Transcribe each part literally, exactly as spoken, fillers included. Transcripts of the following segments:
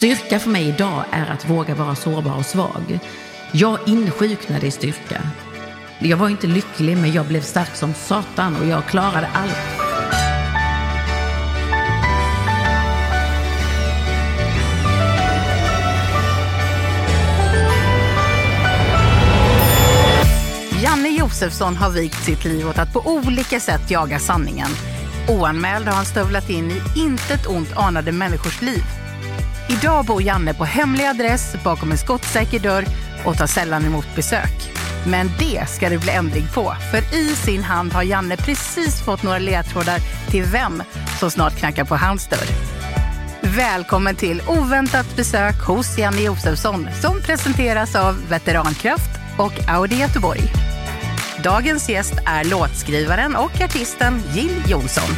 Styrka för mig idag är att våga vara sårbar och svag. Jag insjuknade i styrka. Jag var inte lycklig, men jag blev stark som satan och jag klarade allt. Janne Josefsson har vikt sitt liv åt att på olika sätt jaga sanningen. Oanmäld har han stövlat in i intet ont anade människors liv. Idag bor Janne på hemlig adress bakom en skottsäker dörr och tar sällan emot besök. Men det ska det bli ändring på, för i sin hand har Janne precis fått några ledtrådar till vem som snart knackar på hans dörr. Välkommen till oväntat besök hos Janne Josefsson som presenteras av Veterankraft och Audi Göteborg. Dagens gäst är låtskrivaren och artisten Jill Johnson.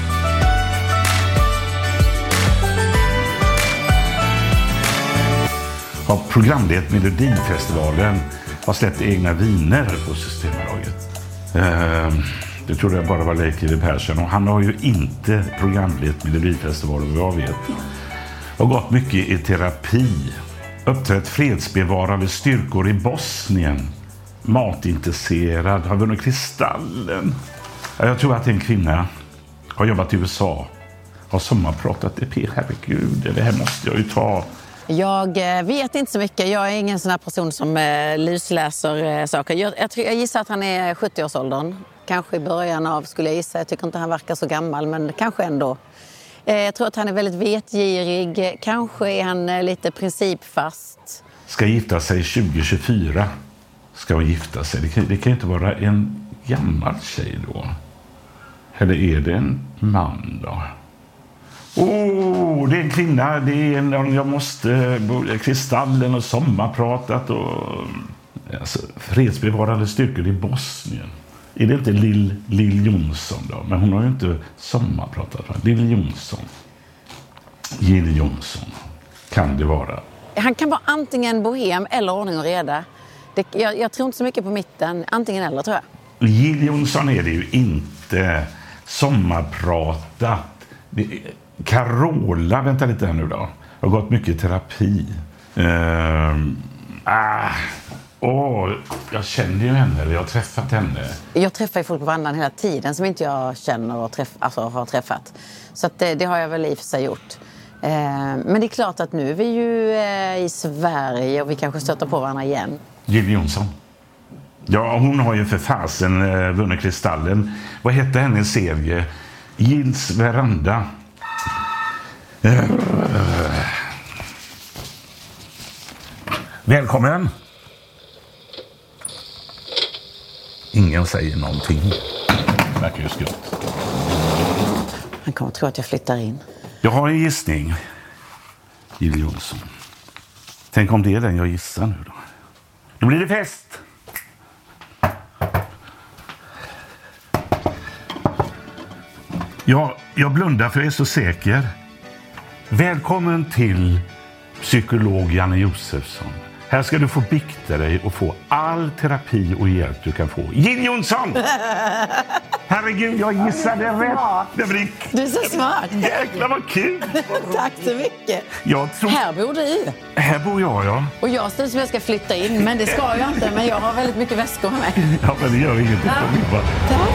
Har programlett Melodifestivalen, har släppt egna viner på Systembolaget. Eh, det trodde jag bara var Leif G W Persson, och han har ju inte programlett Melodifestivalen, vad jag vet. Har gått mycket i terapi, uppträtt fredsbevarande styrkor i Bosnien, matintresserad, har vunnit Kristallen. Jag tror att en kvinna har jobbat i U S A, har sommarpratat E P. Herregud, det här måste jag ju ta. Jag vet inte så mycket. Jag är ingen sån här person som eh, lusläser eh, saker. Jag, jag, jag gissar att han är sjuttio-årsåldern. Kanske i början av, skulle jag gissa. Jag tycker inte han verkar så gammal, men kanske ändå. Eh, jag tror att han är väldigt vetgirig. Kanske är han eh, lite principfast. Ska gifta sig tjugo tjugofyra. Ska hon gifta sig. Det kan, det kan inte vara en gammal tjej då. Eller är det en man då? Åh, oh, det är en kvinna. Det är en, jag måste... Kristallen och sommarpratat och... Alltså, fredsbevarande styrkor i Bosnien. Är det inte Lill, Lill Johnson då? Men hon har ju inte sommarpratat. Lill Johnson. Jill Johnson. Kan det vara. Han kan vara antingen bohem eller ordning och reda. Det, jag, jag tror inte så mycket på mitten. Antingen eller, tror jag. Jill Johnson är det ju inte. Sommarpratat. Det, Carola, vänta lite här nu då. Jag har gått mycket i terapi. Uh, ah, oh, jag känner ju henne, jag har träffat henne. Jag träffar ju folk på vandrarna hela tiden som inte jag känner och träff, alltså, har träffat. Så att det, det har jag väl i och för sig gjort. Uh, men det är klart att nu är vi ju uh, i Sverige och vi kanske stöter på varandra igen. Jill Johnson. Ja, hon har ju för fasen uh, vunnit Kristallen. Vad hette hennes serie? Gills veranda. Uh, välkommen. Ingen säger någonting. Det verkar ju skumt. Han kommer tro att jag flyttar in. Jag har en gissning. Jill Johnson. Tänk om det är den jag gissar nu då. Då blir det fest. Ja, jag blundar för jag är så säker. Välkommen till psykolog Janne Josefsson. Här ska du få bikta dig och få all terapi och hjälp du kan få. Jill Johnson! Herregud, jag gissade rätt. Det blir... Du är så smart. Jäklar vad kul. Tack så mycket. Jag tror... Här bor du. Här bor jag, ja. Och jag står som jag ska flytta in, men det ska jag inte. Men jag har väldigt mycket väskor med mig. Ja, men det gör ingenting. Ja. Tack.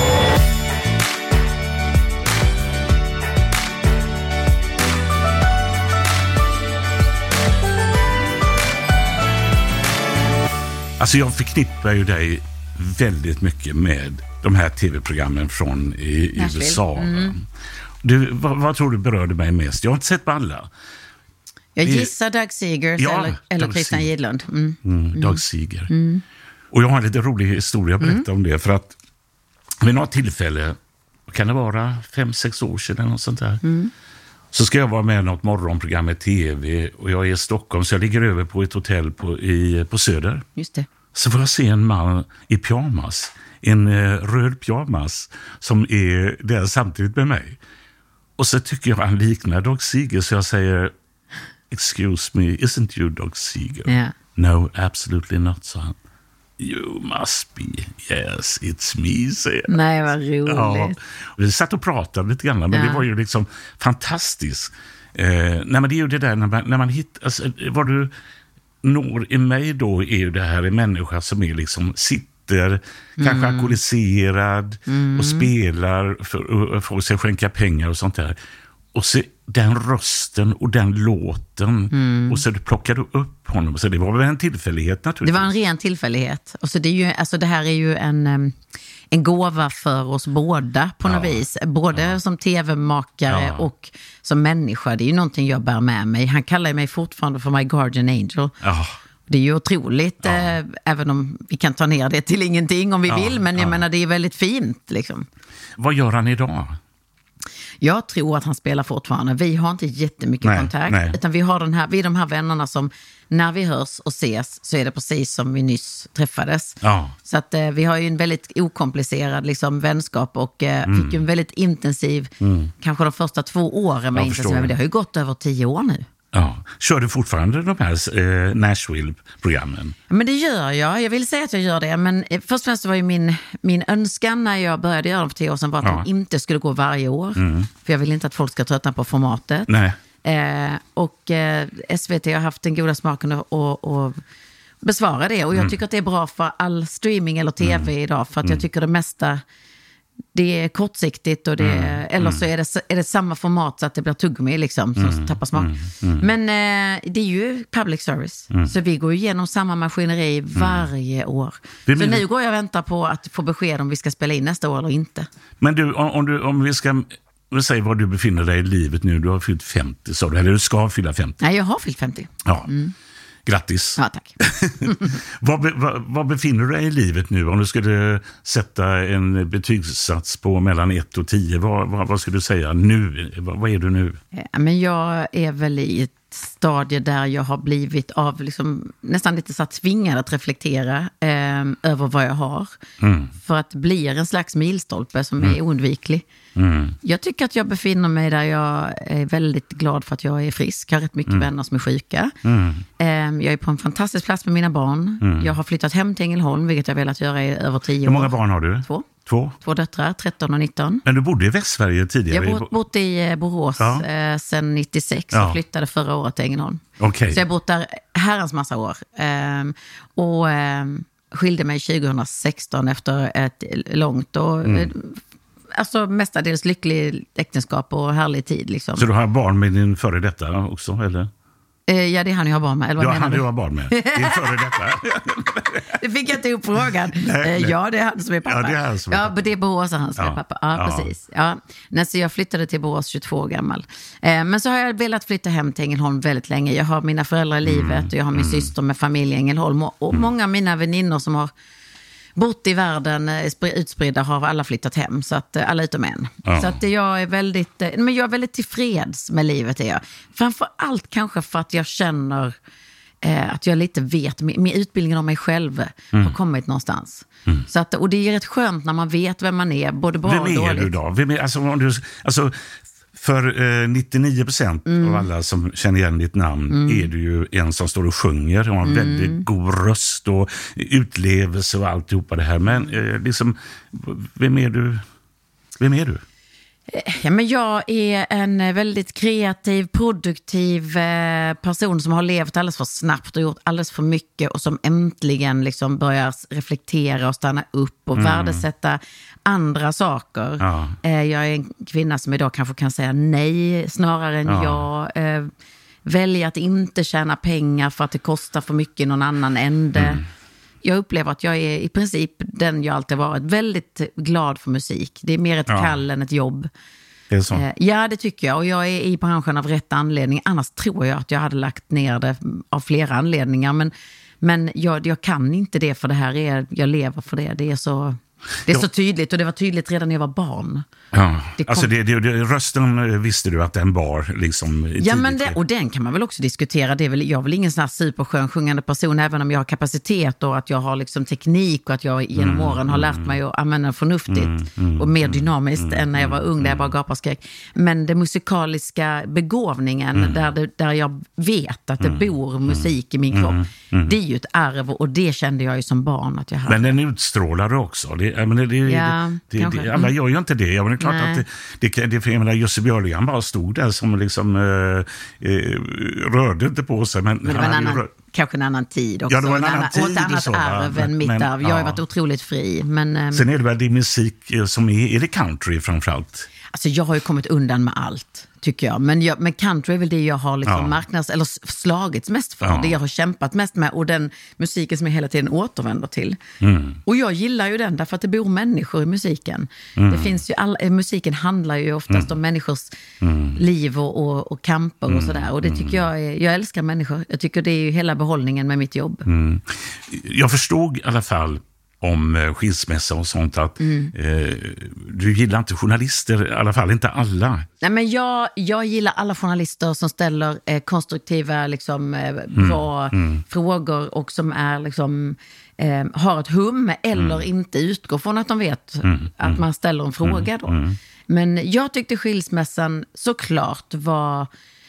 Alltså jag förknippar ju dig väldigt mycket med de här tv-programmen från i, i U S A. Mm. Du, vad, vad tror du berörde mig mest? Jag har inte sett på alla. Jag gissar Doug Seegers ja, eller, eller Christian Gidlund. Mm. Mm, Doug Seeger. Mm. Och jag har en lite rolig historia att berätta mm. om det. För att vid något tillfälle, kan det vara fem, sex år sedan eller något sånt där. Mm. Så ska jag vara med i något morgonprogram i tv och jag är i Stockholm så jag ligger över på ett hotell på, i, på Söder. Just det. Så får jag se en man i pyjamas, en eh, röd pyjamas som är där samtidigt med mig. Och så tycker jag han liknar Doug Seeger så jag säger excuse me, isn't you Doug Seeger? Yeah. No, absolutely not, sa han. You must be. Yes, it's me, säger jag. Nej, vad roligt. Ja, vi satt och pratade lite grann, men ja. Det var ju liksom fantastiskt. Eh, nej, men det är ju det där när man, när man hittar, alltså, vad du når i mig då är ju det här en människa som är liksom sitter, mm. kanske alkoholiserad mm. och spelar för, för att sig skänka pengar och sånt där. Och så den rösten och den låten mm. och så plockar du upp honom. Så det var väl en tillfällighet naturligtvis. Det var en ren tillfällighet. Och så det, är ju, alltså det här är ju en, en gåva för oss båda på något ja. vis. Både ja. som tv-makare ja. och som människa. Det är ju någonting jag bär med mig. Han kallar mig fortfarande för my guardian angel. Ja. Det är ju otroligt, ja. eh, även om vi kan ta ner det till ingenting om vi ja. vill. Men jag ja. menar, det är väldigt fint liksom. Vad gör han idag? Jag tror att han spelar fortfarande. Vi har inte jättemycket nej, kontakt. Nej. Utan vi har den här, vi är de här vännerna som när vi hörs och ses så är det precis som vi nyss träffades. Ja. Så att eh, vi har ju en väldigt okomplicerad liksom, vänskap och eh, mm. fick ju en väldigt intensiv, mm. kanske de första två åren med intensiv. Men det har ju gått över tio år nu. Ja. Kör du fortfarande de här eh, Nashville-programmen? Men det gör jag. Jag vill säga att jag gör det. Men först och främst var ju min, min önskan när jag började göra dem för tio år sedan var att ja. de inte skulle gå varje år. Mm. För jag vill inte att folk ska tröttna på formatet. Nej. Eh, och eh, S V T har haft den goda smaken att och, och besvara det. Och jag mm. tycker att det är bra för all streaming eller tv mm. idag. För att mm. jag tycker det mesta... Det är kortsiktigt och det är, mm, eller så är det, är det samma format så att det blir tuggummi liksom, som mm, tappar smak. Mm, mm. Men eh, det är ju public service. Mm. Så vi går igenom samma maskineri varje mm. år. Så min... nu går jag och väntar på att få besked om vi ska spela in nästa år eller inte. Men du, om, om, du, om vi ska säga var du befinner dig i livet nu, du har fyllt femtio, så du, eller du ska fylla femtio. Nej, jag har fyllt femtio. Ja. Mm. Grattis. Ja, tack. vad, vad, vad befinner du dig i livet nu? Om du skulle sätta en betygssats på mellan ett och tio, vad, vad, vad skulle du säga nu? Vad, vad är du nu? Ja, men jag är väl i ett stadie där jag har blivit av liksom, nästan lite så att tvingad att reflektera eh, över vad jag har. Mm. För att bli en slags milstolpe som mm. är oundviklig. Mm. Jag tycker att jag befinner mig där jag är väldigt glad för att jag är frisk. Jag har rätt mycket mm. vänner som är sjuka. Mm. Eh, jag är på en fantastisk plats med mina barn. Mm. Jag har flyttat hem till Ängelholm, vilket jag velat göra i över tio år. Hur många barn har du? Två. Två? Två döttrar, tretton och nitton. Men du bodde i Västsverige tidigare? Jag har bott i Borås ja. eh, sedan nittiosex ja. och flyttade förra året till Ängelholm. Okay. Så jag har bott där herrans massa år. Eh, och eh, skilde mig tjugohundrasexton efter ett långt och mm. eh, alltså mestadels lycklig äktenskap och härlig tid. Liksom. Så du har barn med din före detta också, eller? Ja, det är han jag har barn med. Eller vad ja, menar han du? jag har barn med. Det är före detta. Det fick jag inte upp frågan. Nej, nej. Ja, det är han som är pappa. Ja, det är han som är pappa. Ja, det är Borås han som ja. är pappa. Ja, ja. precis. Ja. Nej, så jag flyttade till Borås tjugotvå år gammal. Eh, men så har jag velat flytta hem till Ängelholm väldigt länge. Jag har mina föräldrar i livet mm. och jag har min mm. syster med familj i Ängelholm. Och, och mm. många av mina väninnor som har bott i världen utspridda har alla flyttat hem, så att alla utom en. Ja. Så att jag är väldigt men jag är väldigt tillfreds med livet är jag. Framför allt kanske för att jag känner eh, att jag lite vet med utbildningen om mig själv mm. har kommit någonstans. Mm. Så att, och det är rätt skönt när man vet vem man är, både bra vem och dåligt. Vem är du då? Vem är, alltså, om du, alltså för eh, nittionio procent mm. av alla som känner igen ditt namn mm. är du ju en som står och sjunger och har en mm. väldigt god röst och utlevelse och alltihopa det här. Men eh, liksom, vem är du? Vem är du? Ja, men jag är en väldigt kreativ, produktiv eh, person som har levt alldeles för snabbt och gjort alldeles för mycket och som äntligen liksom börjar reflektera och stanna upp och mm. värdesätta andra saker. Ja. Eh, jag är en kvinna som idag kanske kan säga nej snarare än ja. jag. Eh, välja att inte tjäna pengar för att det kostar för mycket i någon annan ände. Mm. Jag upplever att jag är i princip den jag alltid varit. Väldigt glad för musik. Det är mer ett ja. kall än ett jobb. Det är så. Eh, ja, det tycker jag. Och jag är i branschen av rätt anledning. Annars tror jag att jag hade lagt ner det av flera anledningar. Men, men jag, jag kan inte det, för det här är, jag lever för det. Det är så... Det är ja. så tydligt, och det var tydligt redan när jag var barn. Ja, det kom... alltså det, det, det, rösten visste du att den bar liksom. Ja, men det, och den kan man väl också diskutera. Det är väl, jag är väl ingen sån här superskön sjungande person, även om jag har kapacitet och att jag har liksom teknik och att jag genom mm, åren har lärt mig att använda förnuftigt mm, mm, och mer dynamiskt mm, än när jag var ung, där jag bara gapade och skrek. Men det musikaliska begåvningen, mm. där, det, där jag vet att det mm, bor musik mm, i min kropp, mm, mm. det är ju ett arv, och det kände jag ju som barn att jag hade. Men den utstrålar också, det det, men det, ja, det, det, det, alla gör ju inte det. Ja, men det är klart Nej. att det, det, det, jag menar, Jussi Björligan bara stod där som liksom eh, eh, rörde inte på sig. Men, men det var en annan, rör... kanske en annan tid också. Ja, det var en annan annan, tid. Och ett annat så, arv men, än mitt men, arv. Jag har ja. varit otroligt fri. Men, eh, sen är det väl det musik som är, är det country framförallt? Alltså jag har ju kommit undan med allt, tycker jag. Men, jag, men country är väl det jag har liksom ja. marknads, eller slagits mest för. Ja. Det jag har kämpat mest med och den musiken som jag hela tiden återvänder till. Mm. Och jag gillar ju den därför att det bor människor i musiken. Mm. Det finns ju all, musiken handlar ju oftast mm. om människors mm. liv och, och, och kamper mm. och sådär. Och det tycker jag är, jag älskar människor. Jag tycker det är ju hela behållningen med mitt jobb. Mm. Jag förstod i alla fall om skilsmässa och sånt att mm. eh, du gillar inte journalister, i alla fall inte alla. Nej, men jag, jag gillar alla journalister som ställer eh, konstruktiva, liksom, eh, bra mm. Mm. frågor och som är liksom, eh, har ett hum eller mm. inte utgår från att de vet mm. att man ställer en fråga då. Mm. Men jag tyckte skilsmässan såklart var...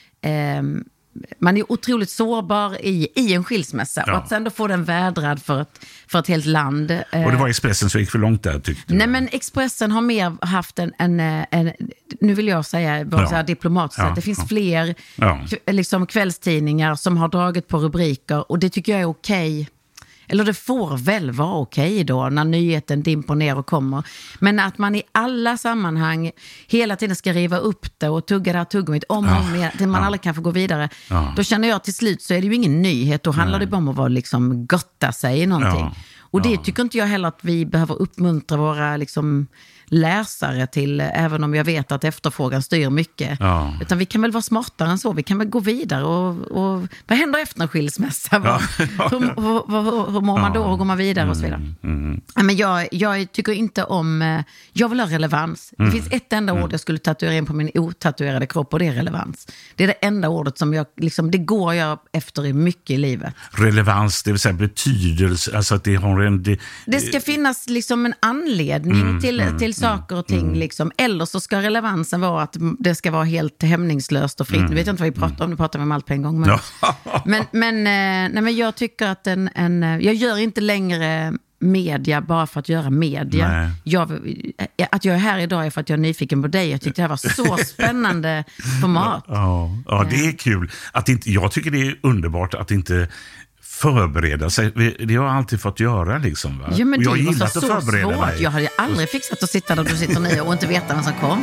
Eh, man är otroligt sårbar i, i en skilsmässa. Ja. Och att sen då få den vädrad för ett, för ett helt land. Och det var Expressen som gick för långt där, tyckte du? Nej, men Expressen har mer haft en, en, en nu vill jag säga, bara ja. så här diplomatiskt, ja. det finns ja. fler ja. liksom, kvällstidningar som har dragit på rubriker. Och det tycker jag är okej. Eller det får väl vara okej då när nyheten dimper ner och kommer. Men att man i alla sammanhang hela tiden ska riva upp det och tugga det här tuggummit om och om igen, till man ja. aldrig kan få gå vidare. Ja. Då känner jag till slut så är det ju ingen nyhet. Då handlar Nej. det bara om att vara liksom gotta sig i någonting. Ja. Och det ja. tycker inte jag heller att vi behöver uppmuntra våra liksom läsare till, även om jag vet att efterfrågan styr mycket. Ja. Utan vi kan väl vara smartare än så. Vi kan väl gå vidare och, och vad händer efter en skilsmässa? Ja. hur, hur, hur, hur mår man då? Hur går man vidare och så vidare? Mm. Mm. Men jag, jag tycker inte om, jag vill ha relevans. Mm. Det finns ett enda mm. ord jag skulle tatuera in på min otatuerade kropp och det är relevans. Det är det enda ordet som jag, liksom, det går jag efter i mycket i livet. Relevans, det vill säga betydelse, alltså att det har en... Det, det ska finnas liksom en anledning mm. till, mm. till saker och ting. Mm. Liksom. Eller så ska relevansen vara att det ska vara helt hämningslöst och fritt. Mm. Nu vet jag inte vad vi pratar om, nu pratar vi om allt på en gång. Men, men, men, nej, men jag tycker att en, en... Jag gör inte längre media bara för att göra media. Jag, att jag är här idag är för att jag är nyfiken på dig. Jag tyckte det här var så spännande format. Ja, ja, det är kul. Att inte, jag tycker det är underbart att inte förbereda sig. Det har jag alltid fått göra liksom, va? Ja, men och jag det gillar var att så förbereda svårt. mig. Jag hade aldrig fixat att sitta där du sitter nu och inte veta vem som kommer.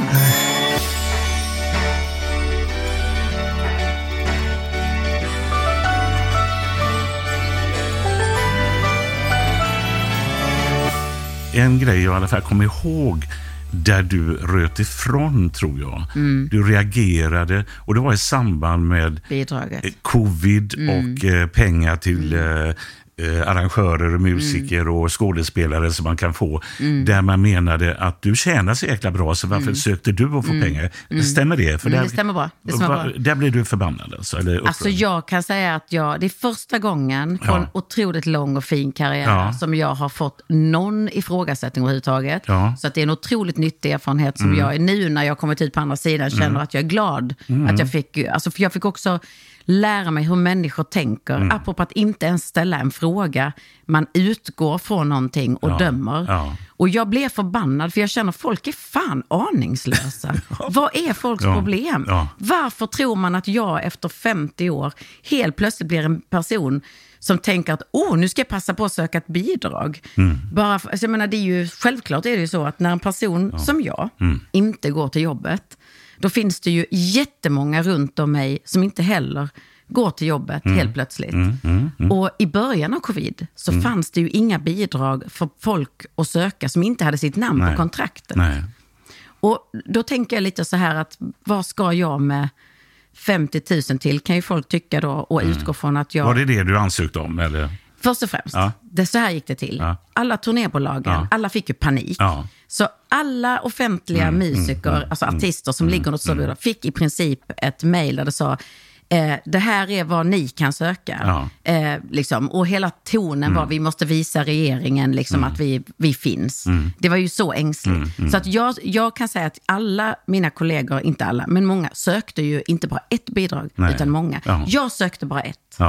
En grej jag i alla fall kommer ihåg där du röt ifrån, tror jag. Mm. Du reagerade, och det var i samband med bidraget. Covid mm. och eh, pengar till mm. eh, arrangörer och musiker mm. och skådespelare som man kan få. Mm. Där man menade att du tjänar så jäkla bra, så varför mm. sökte du att få mm. pengar? Mm. Stämmer det? För mm, där, det stämmer bra. Det stämmer va, bra. Där blir du förbannad alltså? Eller alltså jag kan säga att jag, det är första gången på ja. en otroligt lång och fin karriär ja. som jag har fått någon ifrågasättning överhuvudtaget. Ja. Så att det är en otroligt nyttig erfarenhet som mm. jag nu när jag kommit ut på andra sidan känner mm. att jag är glad. Mm. Att jag fick, alltså för jag fick också lära mig hur människor tänker. Mm. Apropå att inte ens ställa en fråga. Man utgår från någonting och ja, dömer. Ja. Och jag blev förbannad för jag känner att folk är fan aningslösa. Vad är folks ja, problem? Ja. Varför tror man att jag efter femtio år helt plötsligt blir en person som tänker att åh, nu ska jag passa på att söka ett bidrag. Mm. Bara för, alltså jag menar, det är ju, självklart är det ju så att när en person ja. som jag mm. inte går till jobbet, då finns det ju jättemånga runt om mig som inte heller går till jobbet mm. helt plötsligt. Mm, mm, mm. Och i början av covid så mm. fanns det ju inga bidrag för folk att söka som inte hade sitt namn Nej. på kontraktet. Nej. Och då tänker jag lite så här att vad ska jag med femtio tusen till, kan ju folk tycka då, och mm. utgå från att jag... Var det det du ansökte om? Eller? Först och främst, ja. det, så här gick det till. Ja. Alla turnébolagen, ja. alla fick ju panik. Ja. Så alla offentliga mm, musiker, mm, alltså artister som mm, ligger och så vidare, fick i princip ett mejl där det sa eh, det här är vad ni kan söka. Ja. Eh, liksom. Och hela tonen mm. var vi måste visa regeringen liksom, mm. att vi, vi finns. Mm. Det var ju så ängsligt. Mm, mm. Så att jag, jag kan säga att alla mina kollegor, inte alla, men många sökte ju inte bara ett bidrag, Nej. utan många. Ja. Jag sökte bara ett. Ja.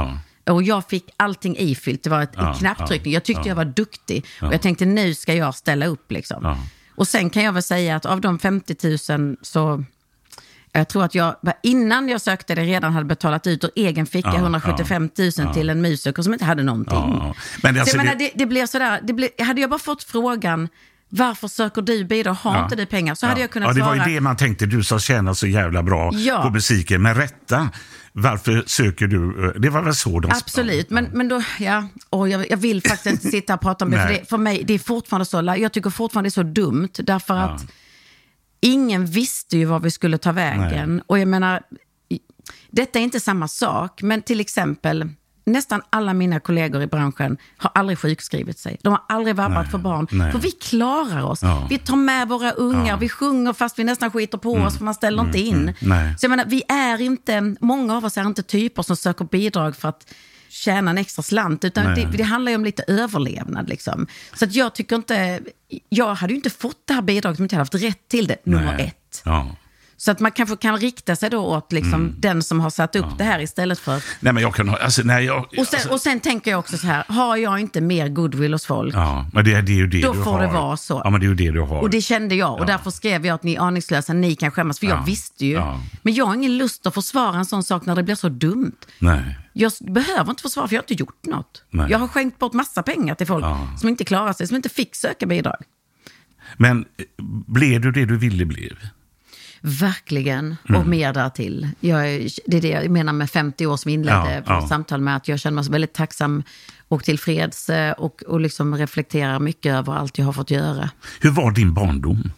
och jag fick allting ifyllt. Det var ett, ja, en knapptryckning. Jag tyckte ja. jag var duktig. Ja. Och jag tänkte, nu ska jag ställa upp liksom. Ja. Och sen kan jag väl säga att av de femtio tusen så... Jag tror att jag, innan jag sökte det, redan hade betalat ut ur egen ficka ja, hundrasjuttiofem tusen ja. till en musiker som inte hade någonting. Ja. Men det, alltså, så jag menar, det, det blev sådär, det blev, hade jag bara fått frågan, varför söker du bidrag? Har ja. inte du pengar? Så ja. hade jag kunnat svara. Ja, det var ju det man tänkte, du som tjänar så jävla bra ja. på musiken. Men rätta, varför söker du? Det var väl så de Absolut, ja. men, men då, ja, och jag, jag vill faktiskt inte sitta och prata om det, för, det, för mig, det är fortfarande så, jag tycker fortfarande det är så dumt, därför ja. att ingen visste ju var vi skulle ta vägen. Nej. Och jag menar, detta är inte samma sak, men till exempel nästan alla mina kollegor i branschen har aldrig sjukskrivit sig. De har aldrig vabbat Nej. för barn. Nej. För vi klarar oss. Ja. Vi tar med våra ungar, ja. vi sjunger fast vi nästan skiter på mm. oss, för man ställer mm. inte in. Mm. Så jag menar, vi är inte, många av oss är inte typer som söker bidrag för att tjäna en extra slant, utan det, det handlar ju om lite överlevnad liksom. Så att jag tycker inte, jag hade ju inte fått det här bidraget om jag inte hade haft rätt till det, nummer Nej. ett. Ja. Så att man kanske kan rikta sig då åt liksom mm. den som har satt upp ja. det här istället för... Nej, men jag kan... Alltså, nej, jag, och, sen, alltså... och sen tänker jag också så här, har jag inte mer goodwill hos folk, ja, men det, det är ju det då du får har. det vara så. Ja, men det är ju det du har. Och det kände jag, och ja. därför skrev jag att ni är aningslösa, ni kan skämmas, för ja. jag visste ju. Ja. Men jag har ingen lust att försvara en sån sak när det blir så dumt. Nej. Jag behöver inte försvara, för jag har inte gjort något. Nej. Jag har skänkt bort massa pengar till folk ja. som inte klarar sig, som inte fick söka bidrag. Men blev du det du ville bli? Verkligen, och mm. mer där till. Jag, det är det jag menar med femtio år som inledde ja, ja. samtal med, att jag känner mig så väldigt tacksam och tillfreds och, och liksom reflekterar mycket över allt jag har fått göra. Hur var din barndom?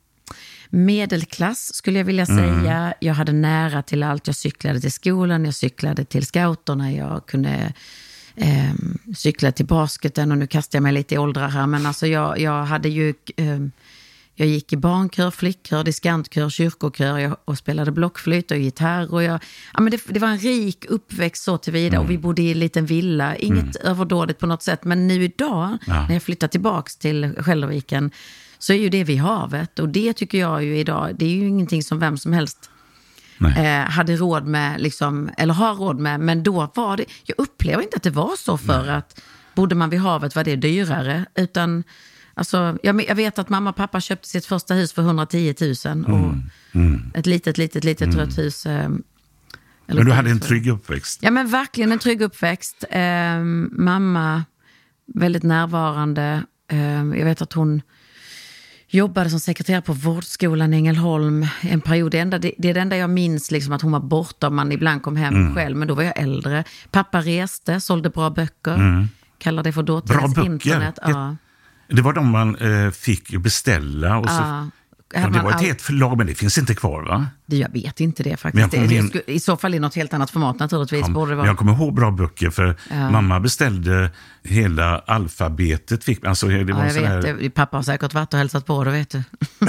Medelklass skulle jag vilja säga. Mm. Jag hade nära till allt. Jag cyklade till skolan, jag cyklade till scouterna, jag kunde eh, cykla till basketen, och nu kastar jag mig lite i åldrar här, men alltså jag, jag hade ju... Eh, Jag gick i barnkör, flickkör, diskantkör, kyrkokör, jag, och spelade blockflöjt och gitarr. Och jag, ja, men det, det var en rik uppväxt så tillvida, mm. och vi bodde i en liten villa. Inget mm. överdådigt på något sätt, men nu idag, ja. när jag flyttar tillbaks till Skälderviken, så är ju det vid havet. Och det tycker jag ju idag, det är ju ingenting som vem som helst eh, hade råd med, liksom, eller har råd med. Men då var det, jag upplever inte att det var så för Nej. att bodde man vid havet var det dyrare, utan... Alltså, jag, jag vet att mamma och pappa köpte sitt första hus för hundratio tusen och mm. Mm. ett litet, litet, litet mm. rött hus. Eh, men du hade en trygg uppväxt? Ja, men verkligen en trygg uppväxt. Eh, mamma, väldigt närvarande. Eh, jag vet att hon jobbade som sekreterare på vårdskolan i Ängelholm en period. Det, enda, det, det är det enda jag minns, liksom, att hon var borta och man ibland kom hem mm. själv. Men då var jag äldre. Pappa reste, sålde bra böcker. Mm. Kallar det för dåtidens internet. Det... Ja. Det var de man eh, fick beställa. Och så, ja, ja, det var ett all... helt förlag, men det finns inte kvar, va? Det, jag vet inte det faktiskt. Det, in... det, I så fall i något helt annat format naturligtvis. Ja, borde det vara. Jag kommer ihåg bra böcker, för ja. mamma beställde hela alfabetet. Fick, alltså, det ja, var jag vet här... det. Pappa har säkert varit och hälsat på, det vet du.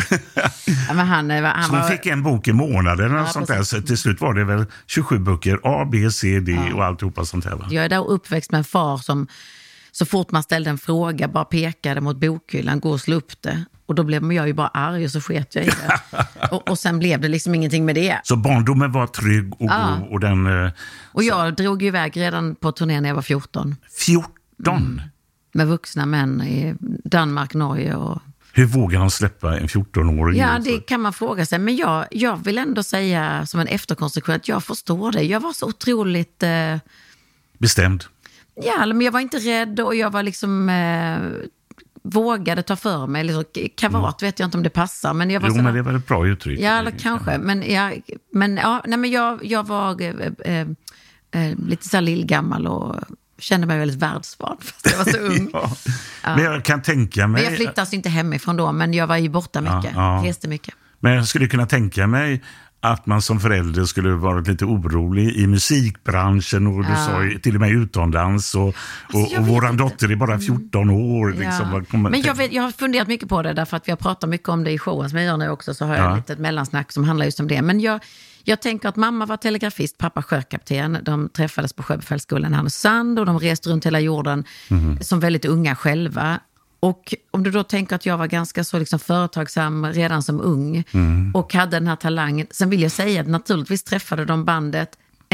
ja, men han, han så hon var... fick en bok i månaden och ja, sånt där. Så till slut var det väl tjugosju böcker, A, B, C, D ja. och alltihopa sånt här, va? Jag är där uppväxt med en far som... Så fort man ställde en fråga, bara pekade mot bokhyllan, gå och slå upp det. Och då blev jag ju bara arg och så sket jag i det. och, och sen blev det liksom ingenting med det. Så barndomen var trygg och ja. god. Och, den, eh, och jag så... drog iväg redan på turné när jag var fjorton. fjorton? Mm. Med vuxna män i Danmark, Norge och... Hur vågar han släppa en fjorton-åring? Ja, det kan man fråga sig. Men jag, jag vill ändå säga som en efterkonstruktion att jag förstår det. Jag var så otroligt... Eh... Bestämd. Ja, men jag var inte rädd och jag var liksom eh, vågade ta för mig. Liksom, kavat mm. vet jag inte om det passar. Men jag var jo, sådär, men det var ett bra uttryck. Ja, eller kanske. Men, ja, men, ja, nej, men jag, jag var eh, eh, eh, lite så här lillgammal och kände mig väldigt världsvan fast jag var så ung. ja. Ja. Men jag kan tänka mig... Men jag flyttade alltså inte hemifrån då, men jag var ju borta mycket. Ja, ja. Reste mycket. Men jag skulle kunna tänka mig att man som förälder skulle varit lite orolig i musikbranschen och du ja. sa ju till och med utomlands och, alltså, och, och våran dotter är bara fjorton år. Liksom. Ja. Men jag, vet, jag har funderat mycket på det därför att vi har pratat mycket om det i showen som jag gör nu också, så har jag ja. lite ett mellansnack som handlar just om det. Men jag, jag tänker att mamma var telegrafist, pappa sjökapten. De träffades på Sjöbefälsskolan i Härnösand och de reste runt hela jorden mm. som väldigt unga själva. Och om du då tänker att jag var ganska så liksom företagsam redan som ung mm. och hade den här talangen. Sen vill jag säga att naturligtvis träffade de bandet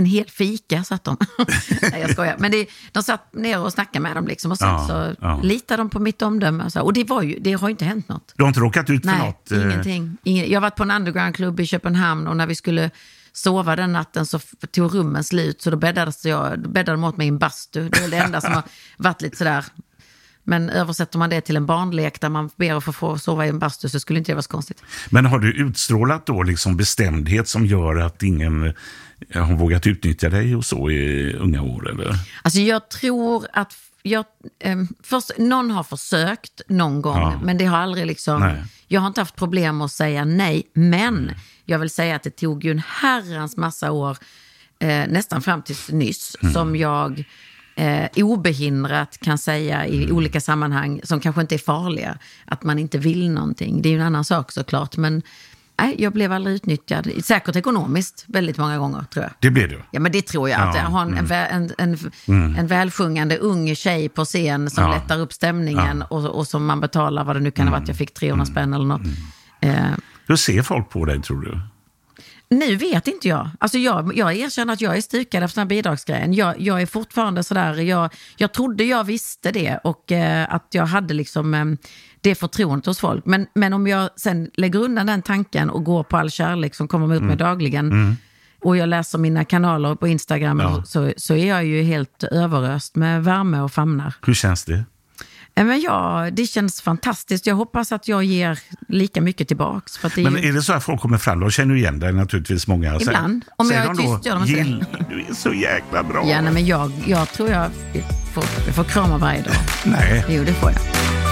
en hel fika satt de. Nej, jag skojar. Men det, de satt ner och snackade med dem liksom. Och sen ja, så ja. litade de på mitt omdöme. Och, så. och det, var ju, det har ju inte hänt något. Du har inte råkat ut för Nej, något? Nej, ingenting. Ingen, jag har varit på en undergroundklubb i Köpenhamn och när vi skulle sova den natten så tog rummen slut. Så då bäddade, jag, då bäddade de åt mig i en bastu. Det är det enda som har varit lite sådär. Men översätter man det till en barnlek där man ber att få, få sova i en bastu så skulle inte det vara så konstigt. Men har du utstrålat då liksom bestämdhet som gör att ingen har vågat utnyttja dig och så i unga år? Eller? Alltså jag tror att jag, eh, först, någon har försökt någon gång ja. men det har aldrig liksom... Nej. Jag har inte haft problem att säga nej, men mm. jag vill säga att det tog ju en herrans massa år eh, nästan fram till nyss mm. som jag... Eh, obehindrat kan säga i mm. olika sammanhang som kanske inte är farliga att man inte vill någonting. Det är ju en annan sak såklart, men nej, jag blev aldrig utnyttjad. Säkert ekonomiskt väldigt många gånger, tror jag. Det blev du? Ja, men det tror jag. Ja, att jag har en, mm. en, en, mm. en välsjungande ung tjej på scen som ja. lättar upp stämningen ja. och, och som man betalar vad det nu kan ha varit. Jag fick trehundra mm. spänn eller något. Mm. Eh. Hur ser folk på dig, tror du? Nu vet inte jag. Alltså jag, jag erkänner att jag är styrkad efter den här bidragsgrejen. Jag, jag är fortfarande sådär, jag, jag trodde jag visste det och eh, att jag hade liksom eh, det förtroendet hos folk. Men, men om jag sen lägger undan den tanken och går på all kärlek som kommer ut mm. med dagligen mm. och jag läser mina kanaler på Instagram ja. så, så är jag ju helt överöst med värme och famnar. Hur känns det? Men ja, det känns fantastiskt. Jag hoppas att jag ger lika mycket tillbaks. För att det är men är det så att folk kommer fram då? Känner du igen dig naturligtvis många? Ibland. Om säger jag är tyst gör de Gill, du är så jäkla bra. Ja, nej, men jag, jag tror jag får, jag får krama varje dag. Nej. Jo, det får jag.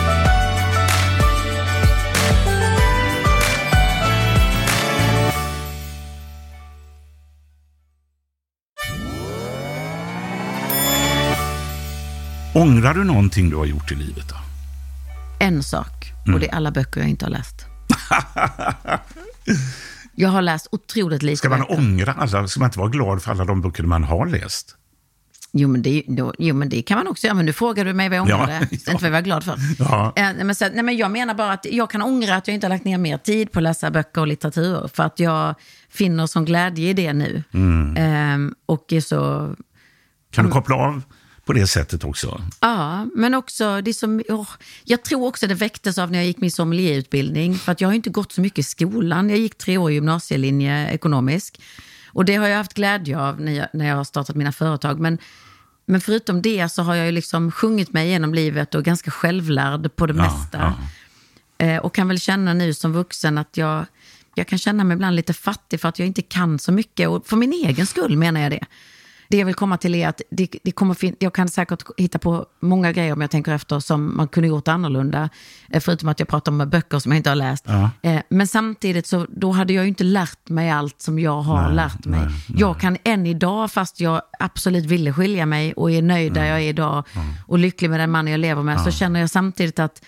Ångrar du någonting du har gjort i livet då? En sak, och mm. det är alla böcker jag inte har läst. Jag har läst otroligt lite. Ska man böcker. ångra alla? Ska man inte vara glad för alla de böcker man har läst? Jo men, det, då, jo, men det kan man också göra. Men nu frågar du mig vad jag ångrade. Ja, ja. Inte vad jag var glad för. Ja. Eh, men, så, nej, men jag menar bara att jag kan ångra att jag inte har lagt ner mer tid på att läsa böcker och litteratur. För att jag finner sån glädje i det nu. Mm. Eh, och är så... Kan du koppla av på det sättet också? Ja, men också det som, oh, jag tror också det väcktes av när jag gick min sommelierutbildning, för att jag har inte gått så mycket i skolan. Jag gick tre år i gymnasielinje ekonomisk och det har jag haft glädje av när jag, när jag har startat mina företag. Men, men förutom det så har jag ju liksom sjungit mig genom livet och ganska självlärd på det ja, mesta. Ja. Eh, och kan väl känna nu som vuxen att jag, jag kan känna mig ibland lite fattig för att jag inte kan så mycket. Och för min egen skull menar jag det. Det jag vill komma till är att det, det kommer fin- jag kan säkert hitta på många grejer om jag tänker efter som man kunde gjort annorlunda. Förutom att jag pratar om böcker som jag inte har läst. Ja. Men samtidigt så då hade jag ju inte lärt mig allt som jag har nej, lärt mig. Nej, nej. Jag kan än idag, fast jag absolut ville skilja mig och är nöjd där jag är idag och lycklig med den man jag lever med, ja. så känner jag samtidigt att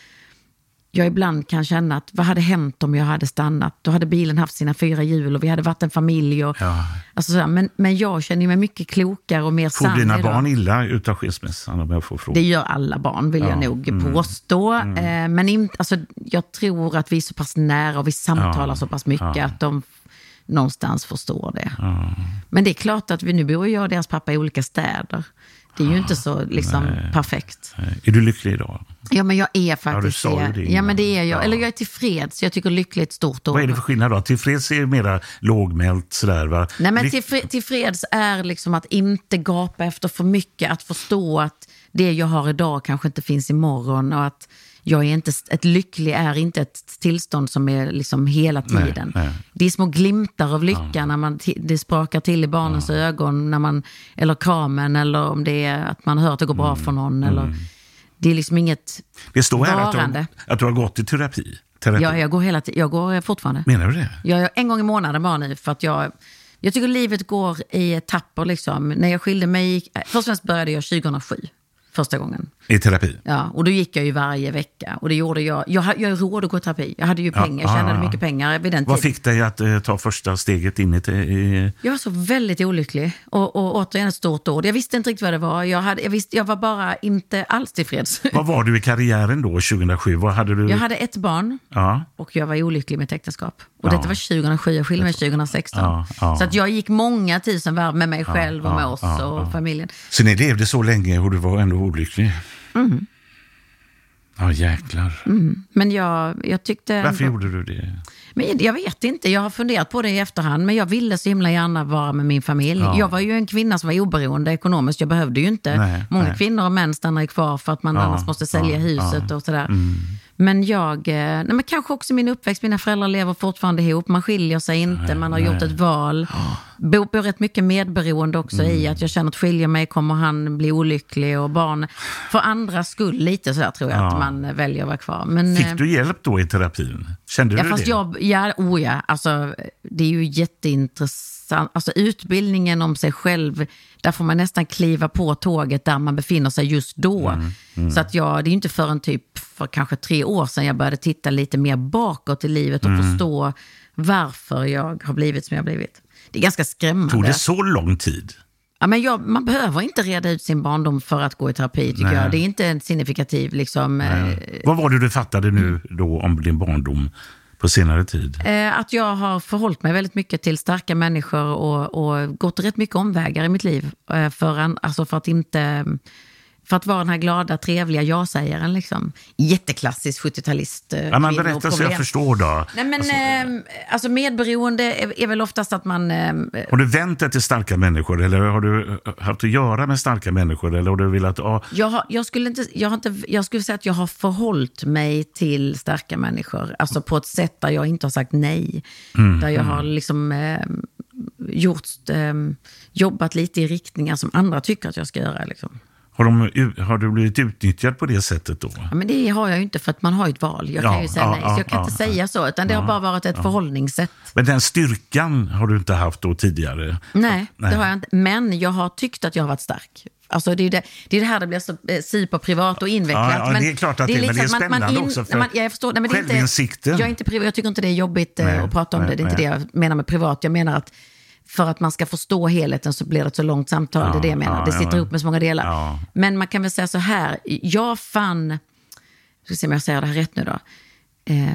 jag ibland kan känna att vad hade hänt om jag hade stannat? Då hade bilen haft sina fyra hjul och vi hade varit en familj. Och, ja. alltså sådär. Men, men jag känner mig mycket klokare och mer sann idag. Får dina barn illa utav skilsmässan om jag får fråga? Det gör alla barn, vill ja. jag nog mm. påstå. Mm. Eh, men inte, alltså, jag tror att vi är så pass nära och vi samtalar ja. så pass mycket ja. att de någonstans förstår det. Ja. Men det är klart att vi nu bor jag och deras pappa i olika städer. Det är ju inte så liksom Nej. perfekt. Är du lycklig idag? Ja, men jag är faktiskt ja, det. Ja, men det är jag. Ja. Eller jag är tillfreds. Jag tycker lyckligt ett stort ord. Vad är det för skillnad då? Tillfreds är mera lågmält sådär, va? Nej, men tillfreds, tillfreds är liksom att inte gapa efter för mycket. Att förstå att det jag har idag kanske inte finns imorgon. Och att jag är inte, ett lycklig är inte ett tillstånd som är liksom hela tiden. Nej, nej. Det är små glimtar av lycka ja. när man t- det sprakar till i barnens ja. ögon när man, eller kramen, eller om det är att man hör att det går bra mm. för någon. Eller, mm. det är liksom inget det står här att du, att du har gått i terapi. terapi. Ja, jag går, hela t- jag går fortfarande. Menar du det? Jag, en gång i månaden bara nu, för att jag... Jag tycker livet går i etapper liksom. När jag skilde mig... Först och främst började jag tjugohundrasju. första gången. I terapi? Ja, och då gick jag ju varje vecka. Och det gjorde jag. Jag hade ju råd att gå i terapi. Jag hade ju pengar, jag tjänade ja, ja. mycket pengar vid den tiden. Vad fick dig att eh, ta första steget in i, i... Jag var så väldigt olycklig. Och, och återigen ett stort ord. Jag visste inte riktigt vad det var. Jag, hade, jag, visste, jag var bara inte alls tillfreds. Vad var du i karriären då, tjugohundrasju? Vad hade du... Jag hade ett barn. Ja. Och jag var olycklig med äktenskap. Och ja. detta var tjugohundrasju, jag skilde mig tjugohundrasexton. Ja, ja. Så att jag gick många tusen varv med mig själv och med oss ja, och ja. familjen. Så ni levde så länge och du var ändå olycklig? Mm. Ja, jäklar. Mm. Men jag, jag tyckte... Varför ändå... gjorde du det? Men jag vet inte, jag har funderat på det i efterhand. Men jag ville så himla gärna vara med min familj. Ja. Jag var ju en kvinna som var oberoende ekonomiskt. Jag behövde ju inte. Nej, Många nej. kvinnor och män stannar kvar för att man ja, annars måste sälja ja, huset ja. och sådär. Mm. Men jag, nej men kanske också min uppväxt, mina föräldrar lever fortfarande ihop, man skiljer sig inte, nej, man har nej. gjort ett val. Bor på rätt mycket medberoende också mm. i att jag känner att skiljer mig kommer han bli olycklig och barn, för andra skull lite sådär tror jag ja. att man väljer att vara kvar. Men, fick du hjälp då i terapin? Kände ja, du fast det? Jag, ja, oh ja, alltså det är ju jätteintressant, alltså utbildningen om sig själv, där får man nästan kliva på tåget där man befinner sig just då. Mm. Mm. Så att jag, det är ju inte förrän typ för kanske tre år sedan jag började titta lite mer bakåt i livet och mm. förstå varför jag har blivit som jag har blivit. Det är ganska skrämmande. Tog det så lång tid? Ja, men jag, man behöver inte reda ut sin barndom för att gå i terapi tycker Nej. jag. Det är inte en signifikativ liksom... Eh, Vad var det du fattade nu då om din barndom på senare tid? Eh, att jag har förhållit mig väldigt mycket till starka människor och, och gått rätt mycket omvägar i mitt liv. Eh, för, en, alltså för att inte... För att vara den här glada, trevliga ja-sägaren liksom. Jätteklassisk sjuttiotalist. Ja, men berätta så jag förstår då. Nej, men alltså, eh, alltså medberoende är, är väl oftast att man... Eh, har du vänt dig till starka människor eller har du haft att göra med starka människor eller har du velat... Ah... Jag, har, jag, skulle inte, jag, har inte, jag skulle säga att jag har förhållit mig till starka människor. Alltså på ett sätt där jag inte har sagt nej. Mm, där jag mm. har liksom eh, gjort, eh, jobbat lite i riktningar som andra tycker att jag ska göra liksom. Har, de, har du blivit utnyttjad på det sättet då? Ja, men det har jag ju inte för att man har ett val. Jag kan ja, ju säga ja, nej, så jag kan ja, inte ja, säga så. Utan det ja, har bara varit ett ja. förhållningssätt. Men den styrkan har du inte haft då tidigare? Nej, nej, det har jag inte. Men jag har tyckt att jag har varit stark. Alltså det är det, det, är det här det blir så eh, superprivat och invecklat. Ja, ja, men det är klart att det är, men det är spännande man, man in, också för man, jag förstår, nej, men självinsikten. Jag, är inte, jag tycker inte det är jobbigt nej, att prata om nej, det. Det är nej. inte det jag menar med privat. Jag menar att för att man ska förstå helheten så blir det ett så långt samtal. Ja, det är det jag menar. Ja, det sitter ja, ihop med så många delar. Ja. Men man kan väl säga så här. Jag fann, jag ska se om jag säger det här rätt nu då. Eh,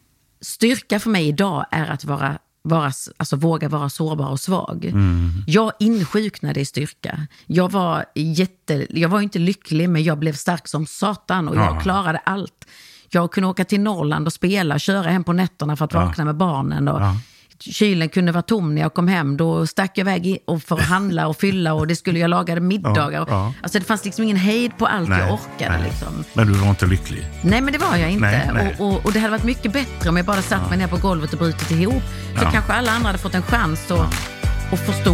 styrka för mig idag är att vara, vara, alltså våga vara sårbar och svag. Mm. Jag insjuknade i styrka. Jag var, jätte, jag var inte lycklig men jag blev stark som satan och ja. jag klarade allt. Jag kunde åka till Norrland och spela, köra hem på nätterna för att ja. vakna med barnen och... Ja. Kylen kunde vara tom när jag kom hem. Då stack jag iväg och för att handla och fylla och det skulle jag lagade middagar. Ja, ja. Alltså det fanns liksom ingen hejd på allt nej, jag orkade. Nej. Liksom. Men du var inte lycklig? Nej, men det var jag inte. Nej, nej. Och, och, och det hade varit mycket bättre om jag bara satt ja. mig ner på golvet och brutit ihop. Så ja. kanske alla andra hade fått en chans att, ja. att förstå.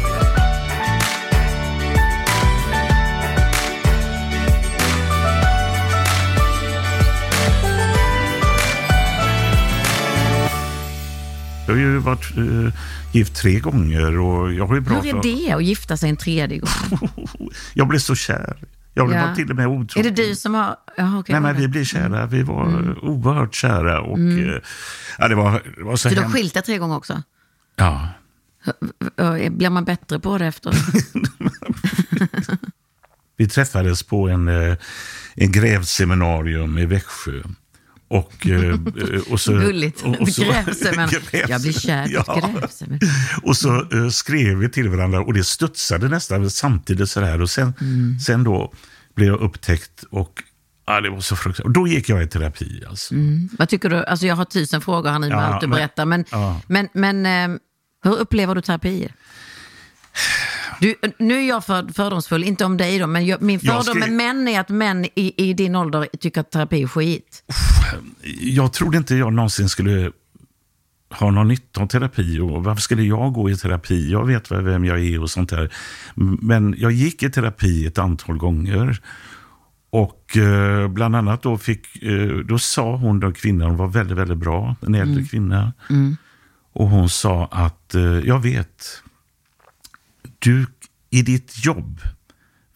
Jag har ju varit uh, gift tre gånger och jag har ju bra. Hur är det att gifta sig en tredje gång? Jag blev så kär. Jag blev ja. till och med otrolig. Är det du som har... Ja, okay, nej, men vi blev kära. Vi var mm. oerhört kära. Och, mm. uh, ja, det var, det var så så du har skilt dig tre gånger också? Ja. Blir man bättre på det efter? Vi träffades på en, en grävseminarium i Växjö. Och, och så, gulligt. Och, och så, grävsemen. Jag blir kär ja. grävsemen. Och så uh, skrev vi till varandra och det studsade nästan samtidigt så här. Och sen, mm. sen då blev jag upptäckt och ja, det var så fruktansvärt. Och då gick jag i terapi. Alltså. Mm. Vad tycker du? Alltså jag har tusen frågor här nu med ja, allt du men, berättar. Men, ja. men, men eh, hur upplever du terapi? Du, nu är jag för, fördomsfull, inte om dig då, men jag, min fördom ska... med män är att män i, i din ålder tycker att terapi är skit. Jag trodde inte jag någonsin skulle ha någon nytta av terapi och varför skulle jag gå i terapi? Jag vet vem jag är och sånt där. Men jag gick i terapi ett antal gånger och eh, bland annat då fick, eh, då sa hon då kvinnan, hon var väldigt, väldigt bra, en äldre mm. kvinna. Mm. Och hon sa att eh, jag vet, du i ditt jobb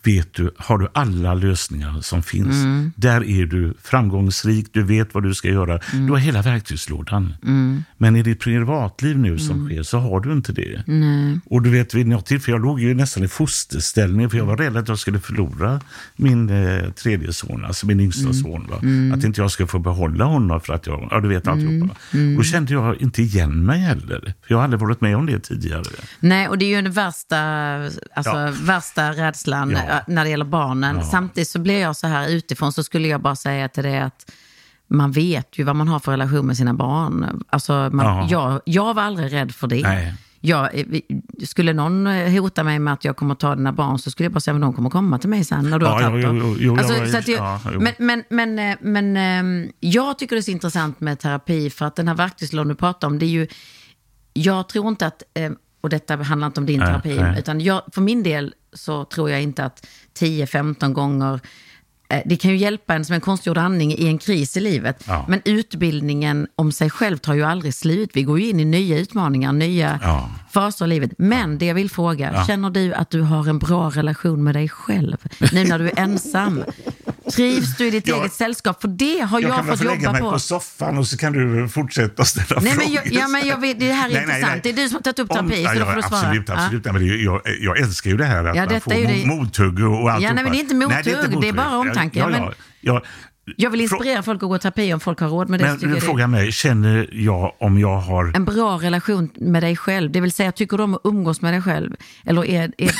vet du, har du alla lösningar som finns. Mm. Där är du framgångsrik, du vet vad du ska göra. Mm. Du har hela verktygslådan. Mm. Men i ditt privatliv nu som mm. sker så har du inte det. Mm. Och du vet, vid något tillfälle, jag låg ju nästan i fosterställning för jag var rädd att jag skulle förlora min eh, tredje son, alltså min yngsta mm. son. Va? Mm. Att inte jag skulle få behålla honom för att jag, ja du vet alltihopa. Mm. Mm. Då kände jag inte igen mig heller. För jag hade aldrig varit med om det tidigare. Nej, och det är ju den värsta, alltså, ja. värsta rädslan ja. när det gäller barnen. Ja. Samtidigt så blir jag så här utifrån så skulle jag bara säga till det att man vet ju vad man har för relation med sina barn. Alltså, man, ja. jag, jag var aldrig rädd för det. Nej. Jag, skulle någon hota mig med att jag kommer att ta dina barn så skulle jag bara säga att de kommer att komma till mig sen när du har tagit dem. Men, men, men, men jag tycker det är så intressant med terapi för att den här verktygslådan du pratar om, det är ju, jag tror inte att, och detta handlar inte om din terapi, äh, äh. utan jag, för min del så tror jag inte att tio femton gånger det kan ju hjälpa en som en konstgjord andning i en kris i livet. Ja. Men utbildningen om sig själv tar ju aldrig slut. Vi går ju in i nya utmaningar, nya ja. faser i livet. Men det jag vill fråga, ja. känner du att du har en bra relation med dig själv? Nu när du är ensam. Trivs du i ditt jag, eget sällskap? För det har jag, jag fått jobba på. Jag kan mig på soffan och så kan du fortsätta ställa nej, frågor. Men jag, ja, men jag vet, det här är nej, intressant. Nej, nej. Det är du som har tagit upp terapi, så ja, då får du svara. Absolut, absolut. Ja. Men det, jag, jag älskar ju det här att ja, man får det... mothugg och allt. Ja, nej, men det är inte mothugg, nej, det, är inte mothugg. Det är bara omtanke. Ja, ja, men... ja. Jag vill inspirera folk att gå i terapi om folk har råd med det. Men nu frågar mig, känner jag om jag har... En bra relation med dig själv. Det vill säga, tycker du om att umgås med dig själv? Eller är... är...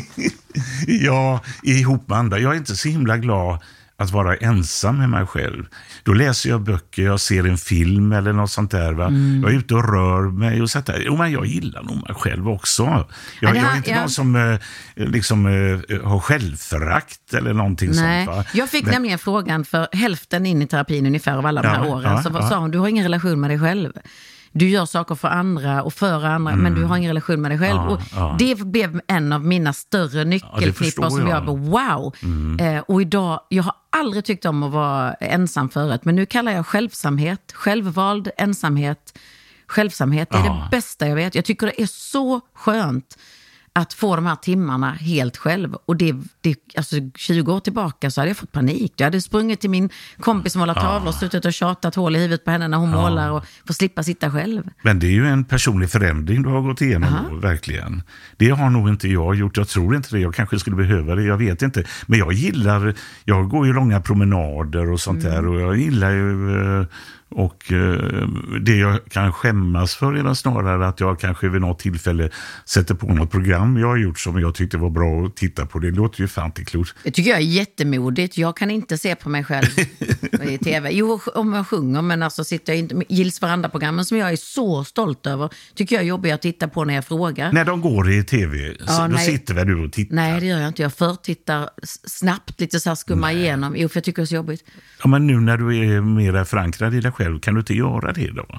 ja, ihop med andra. Jag är inte så himla glad att vara ensam med mig själv. Då läser jag böcker, jag ser en film eller något sånt där. Va? Mm. Jag är ute och rör mig och sånt där. Jo, men jag gillar nog mig själv också. Jag, ja, här, jag är inte ja. någon som eh, liksom, eh, har självförakt eller någonting Nej. sånt. Va? Jag fick men... nämligen frågan för hälften in i terapin ungefär av alla ja, de här åren. Ja, så ja. sa hon, du har ingen relation med dig själv. Du gör saker för andra och för andra, mm. men du har ingen relation med dig själv. Ja, och ja. Det blev en av mina större nyckelknippar ja, som jag bara, wow. Mm. Eh, och idag, jag har aldrig tyckt om att vara ensam förut, men nu kallar jag självsamhet, självvald ensamhet, självsamhet. Det är ja. det bästa jag vet. Jag tycker det är så skönt att få de här timmarna helt själv. Och det, det, alltså tjugo år tillbaka så hade jag fått panik. Jag hade sprungit till min kompis som målar tavlor och suttit och tjatat hål i huvudet på henne när hon ja. målar och får slippa sitta själv. Men det är ju en personlig förändring du har gått igenom då, verkligen. Det har nog inte jag gjort. Jag tror inte det. Jag kanske skulle behöva det. Jag vet inte. Men jag gillar, jag går ju långa promenader och sånt mm. där. Och jag gillar ju... Och eh, det jag kan skämmas för är snarare att jag kanske vid något tillfälle sätter på något program jag har gjort som jag tyckte var bra att titta på. Det låter ju fan till klart. Det tycker jag är jättemodigt. Jag kan inte se på mig själv i tv. Jo, om jag sjunger, men alltså sitter jag inte... Gills varandra-programmen som jag är så stolt över tycker jag är jobbiga att titta på när jag frågar. När de går i tv, ja, så, då nej, sitter väl du och tittar? Nej, det gör jag inte. Jag förtittar snabbt, lite så här skumma nej. igenom. Jo, för jag tycker det är så jobbigt. Ja, men nu när du är mer förankrad i dig själv, kan du inte göra det då?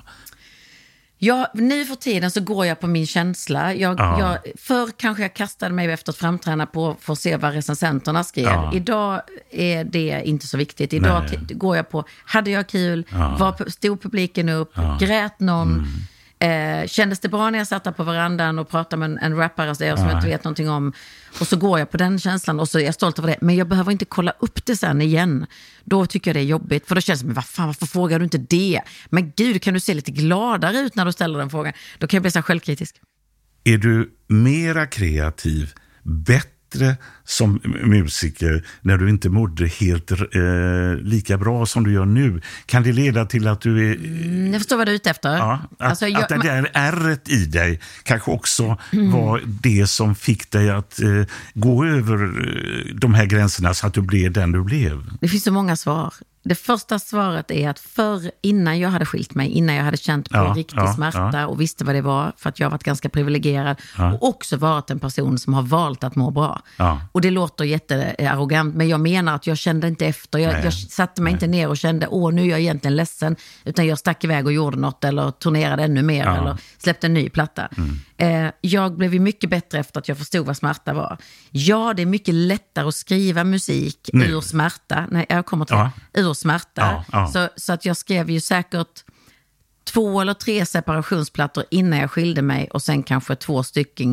Ja, nu för tiden så går jag på min känsla. Jag, ja. jag, förr kanske jag kastade mig efter att framträna på för att se vad recensenterna skrev. Ja. Idag är det inte så viktigt. Idag t- går jag på, hade jag kul, ja. var, stod publiken upp, ja. grät någon... Mm. Eh, kändes det bra när jag satt där på verandan och pratade med en, en rappare som jag inte vet någonting om, och så går jag på den känslan och så är jag stolt över det, men jag behöver inte kolla upp det sen igen. Då tycker jag det är jobbigt, för då känns det som, vad fan, varför frågar du inte det? Men gud, kan du se lite gladare ut när du ställer den frågan? Då kan jag bli så självkritisk. Är du mera kreativ, bättre som musiker när du inte mådde helt eh, lika bra som du gör nu? Kan det leda till att du är... Mm, jag förstår vad du är ute efter. Ja, att, alltså, jag, att det där ärret i dig kanske också mm. var det som fick dig att eh, gå över eh, de här gränserna så att du blev den du blev. Det finns så många svar. Det första svaret är att förr, innan jag hade skilt mig, innan jag hade känt på ja, riktig ja, smärta ja. och visste vad det var, för att jag har varit ganska privilegierad ja. och också varit en person som har valt att må bra. Ja. Och det låter jättearrogant, men jag menar att jag kände inte efter. Jag, jag satte mig Nej. inte ner och kände, åh, nu är jag egentligen ledsen, utan jag stack iväg och gjorde något eller turnerade ännu mer ja. eller släppte en ny platta. Mm. Eh, jag blev ju mycket bättre efter att jag förstod vad smärta var. Ja, det är mycket lättare att skriva musik nu. ur smärta. Nej, jag kommer till ja. ur smärta. Ja, ja. Så, så att jag skrev ju säkert två eller tre separationsplattor innan jag skilde mig, och sen kanske två stycken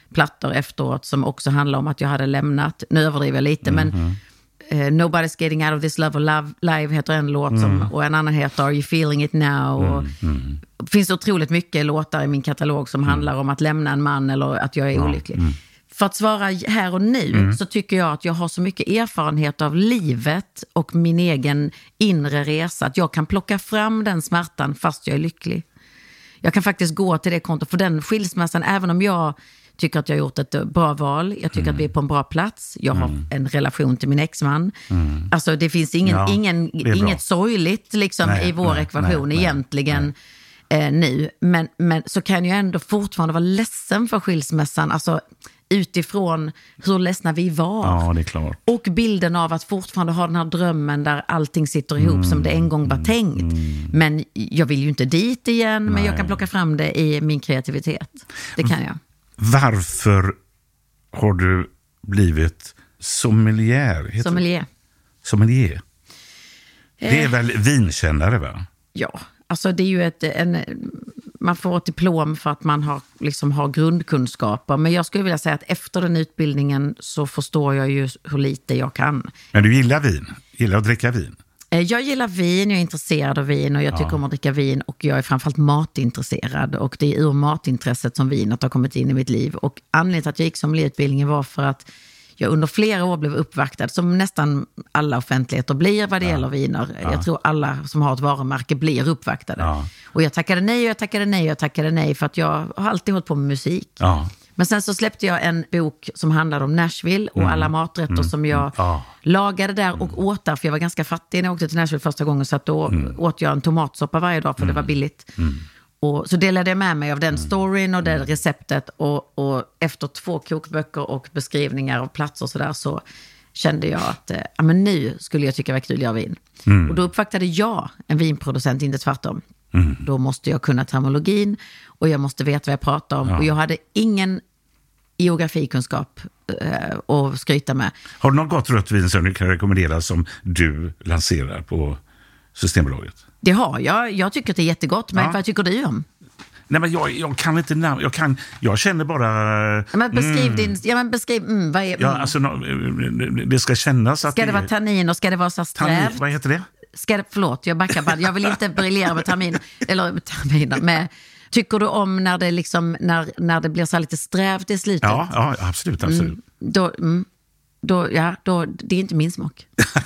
plattor efteråt som också handlar om att jag hade lämnat, nu överdriver jag lite, mm-hmm. men Uh, Nobody's Getting Out of This Love of Love Live heter en låt mm. som, och en annan heter Are You Feeling It Now mm. och mm. det finns otroligt mycket låtar i min katalog som mm. handlar om att lämna en man eller att jag är ja. olycklig. Mm. För att svara här och nu mm. så tycker jag att jag har så mycket erfarenhet av livet och min egen inre resa att jag kan plocka fram den smärtan fast jag är lycklig. Jag kan faktiskt gå till det kontot för den skilsmässan, även om jag tycker att jag har gjort ett bra val. Jag tycker mm. att vi är på en bra plats. Jag har mm. en relation till min exman. Mm. Alltså det finns ingen, ja, ingen, inget sorgligt liksom, nej, i vår nej, ekvation nej, egentligen nej. Eh, nu. Men, men så kan jag ändå fortfarande vara ledsen för skilsmässan. Alltså utifrån hur ledsna vi var. Ja, det är klart. Och bilden av att fortfarande ha den här drömmen där allting sitter ihop mm. som det en gång var tänkt. Mm. Men jag vill ju inte dit igen. Nej. Men jag kan plocka fram det i min kreativitet. Det kan jag. Varför har du blivit sommelier? Heter sommelier. Det? Sommelier. Det är väl vinkännare, va? Ja, alltså det är ju ett, en, man får ett diplom för att man har, liksom har grundkunskaper. Men jag skulle vilja säga att efter den utbildningen så förstår jag ju hur lite jag kan. Men du gillar vin? Gillar att dricka vin? Jag gillar vin, jag är intresserad av vin och jag tycker ja. om att dricka vin och jag är framförallt matintresserad och det är ur matintresset som vinet har kommit in i mitt liv. Och anledningen till att jag gick sommelierutbildningen var för att jag under flera år blev uppvaktad som nästan alla offentligheter blir vad det ja. gäller viner. Ja. Jag tror alla som har ett varumärke blir uppvaktade. Ja. Och jag tackade nej och jag tackade nej och jag tackade nej för att jag har alltid hållit på med musik. Ja. Men sen så släppte jag en bok som handlade om Nashville och mm. alla maträtter mm. som jag mm. lagade där och åt där. För jag var ganska fattig när jag åkte till Nashville första gången. Så att då mm. åt jag en tomatsoppa varje dag för mm. det var billigt. Mm. Och så delade jag med mig av den storyn och det receptet. Och, och efter två kokböcker och beskrivningar av platser och sådär så kände jag att eh, ja, men nu skulle jag tycka det var kul att göra vin. Mm. Och då uppvaktade jag en vinproducent, inte tvärtom. Mm. Då måste jag kunna termologin och jag måste veta vad jag pratar om. Ja. Och jag hade ingen geografikunskap eh, att skryta med. Har du något gott rött vin som du kan rekommendera som du lanserar på Systembolaget? Det har jag. Jag tycker att det är jättegott. Men ja. vad tycker du om? Nej, men jag, jag kan inte namn. Jag, kan, jag känner bara... Ja, men beskriv mm. din... Ja, men beskriv... Mm, vad är, mm. ja, alltså, det ska kännas att... Ska det, det vara tannin och ska det vara så strävt? Tannin, vad heter det? Ska det, förlåt, jag backar bara. Jag vill inte briljera med termin. Eller terminer, med... Tycker du om när det, liksom, när, när det blir så lite strävt i slutet? Ja, ja absolut. absolut. Mm, då, mm, då, ja, då, det är inte min smak.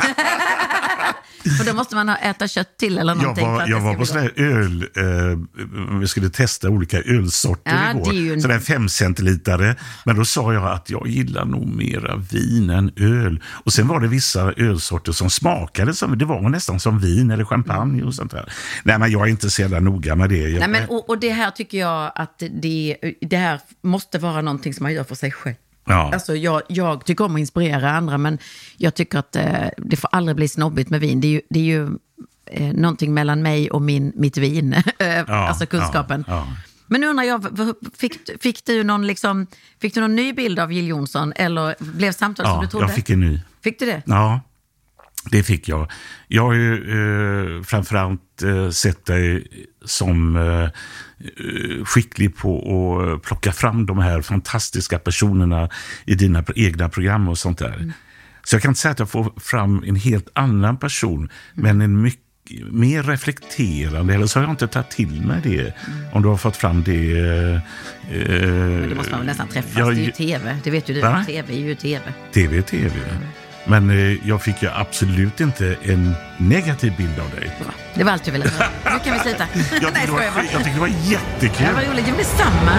För då måste man ha äta kött till eller någonting. Jag var, jag var på sån här öl, eh, vi skulle testa olika ölsorter ja, igår. En... Sån här fem centilitare. Men då sa jag att jag gillar nog mera vin än öl. Och sen var det vissa ölsorter som smakade som, det var nästan som vin eller champagne och sånt där. Nej, men jag är inte så jävla noga med det. Jag... Nej, men, och, och det här tycker jag att det, det här måste vara någonting som man gör för sig själv. Ja. Alltså jag, jag tycker om att inspirera andra, men jag tycker att eh, det får aldrig bli snobbigt med vin. Det är ju, det är ju eh, någonting mellan mig och min, mitt vin, ja, alltså kunskapen. Ja, ja. Men nu undrar jag, fick, fick, du någon liksom, fick du någon ny bild av Jill Johnson eller blev samtalet ja, som du trodde? Ja, jag fick en ny. Fick du det? Ja, det fick jag. Jag har ju eh, framförallt eh, sett dig som eh, skicklig på att plocka fram de här fantastiska personerna i dina egna program och sånt där. Mm. Så jag kan inte säga att jag får fram en helt annan person, mm. men en mycket mer reflekterande, eller så har jag inte tagit till mig det. Mm. Om du har fått fram det... Eh, men det måste man väl nästan träffas, jag, det är ju tv. Det vet ju du, va? tv är ju tv. Tv är tv, mm. Men eh, jag fick ju absolut inte en negativ bild av dig. Bra. Det var allt jag ville höra. Nu kan vi sluta. jag, Nej, det var, jag, jag tyckte det var jättekul. Det var roligt, det blev samma.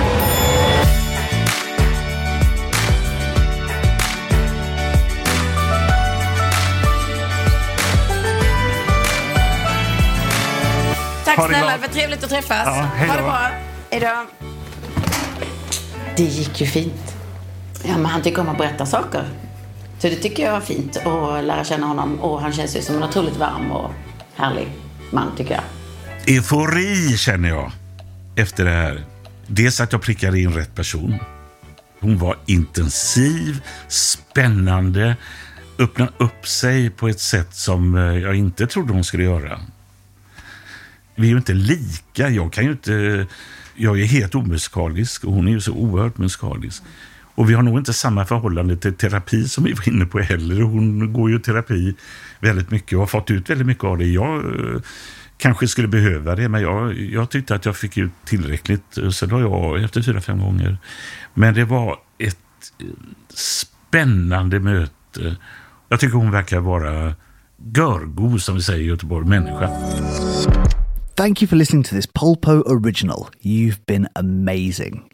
Tack snälla, det var trevligt att träffas. Ja, ha det bra. Hej då. Det gick ju fint. Ja, men han tycker om att berätta saker. Så det tycker jag är fint att lära känna honom. Och han känns ju som en otroligt varm och härlig man, tycker jag. Eufori känner jag efter det här. Dels att jag prickade in rätt person. Hon var intensiv, spännande, öppnade upp sig på ett sätt som jag inte trodde hon skulle göra. Vi är ju inte lika. Jag kan ju inte jag är helt omusikalisk och hon är ju så oerhört musikalisk. Och vi har nog inte samma förhållande till terapi som vi var inne på heller. Hon går ju terapi väldigt mycket och har fått ut väldigt mycket av det. Jag eh, kanske skulle behöva det, men jag, jag tyckte att jag fick ut tillräckligt. Så då jag efter fyra, fem gånger. Men det var ett spännande möte. Jag tycker hon verkar vara görgo, som vi säger i Göteborg, människa. Thank you for listening to this Polpo original. You've been amazing.